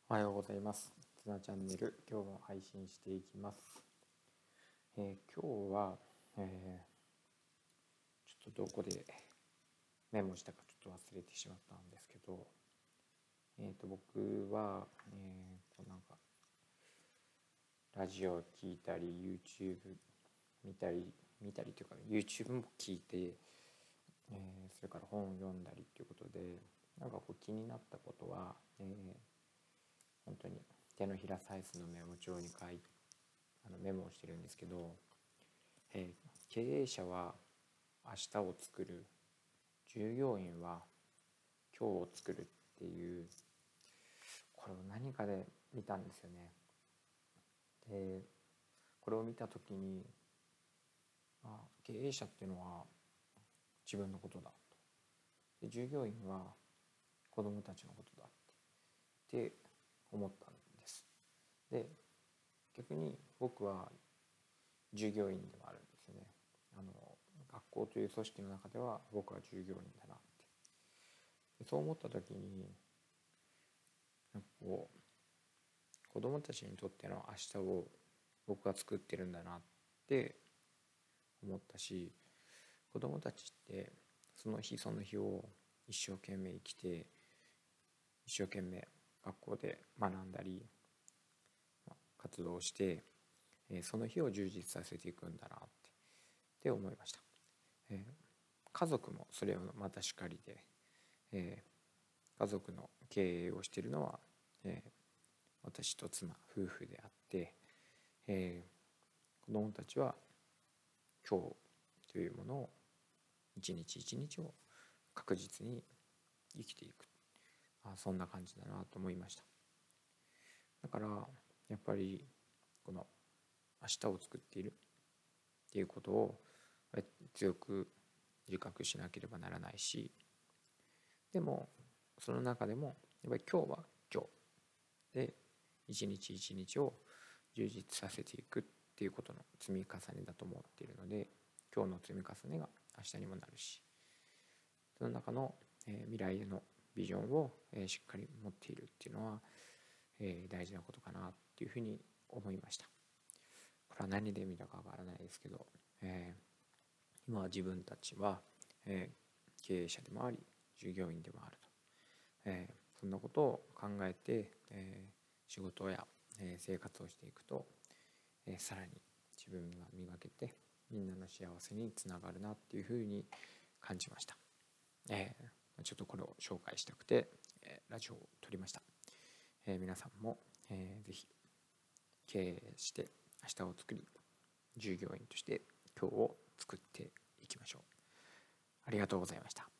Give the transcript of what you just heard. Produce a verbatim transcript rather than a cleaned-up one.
おはようございます。つなチャンネル、今日も配信していきます。えー今日は、えーちょっとどこでメモしたかちょっと忘れてしまったんですけど、えーと僕は、えーとなんかラジオ聞いたり YouTube 見たり見たりというか YouTube も聞いて、えーそれから本を読んだりということで、なんかこう気になったことは、えー本当に手のひらサイズのメモ帳に書いあのメモをしてるんですけど、えー経営者は明日を作る、従業員は今日を作るっていう、これを何かで見たんですよね。でこれを見た時に、あ、経営者っていうのは自分のことだと、で従業員は子供たちのことだって思ったんです。で逆に僕は従業員でもあるんですよね。あの学校という組織の中では僕は従業員だなって、でそう思った時に、なんかこう子供たちにとっての明日を僕が作ってるんだなって思ったし、子供たちってその日その日を一生懸命生きて、一生懸命学校で学んだり活動して、その日を充実させていくんだなってって思いました。えー家族もそれをまたしかりで、えー家族の経営をしているのは、えー私と妻夫婦であって、えー子供たちは今日というものを一日一日を確実に生きていく、あ、そんな感じだなと思いました。だからやっぱりこの明日を作っているっていうことを強く自覚しなければならないし、でもその中でもやっぱり今日は今日で一日一日を充実させていくっていうことの積み重ねだと思っているので、今日の積み重ねが明日にもなるし、その中の、えー未来へのビジョンを、えーしっかり持っているっていうのは、えー大事なことかなっていうふうに思いました。これは何で見たかわからないですけど、えー今は自分たちは、えー経営者でもあり従業員でもあると、えーそんなことを考えて、えー仕事や、えー生活をしていくと、えーさらに自分が磨けてみんなの幸せにつながるなっていうふうに感じました。えーちょっとこれを紹介したくて、えーラジオを撮りました。えー皆さんも、えーぜひ経営して明日を作り、従業員として今日を作っていきましょう。ありがとうございました。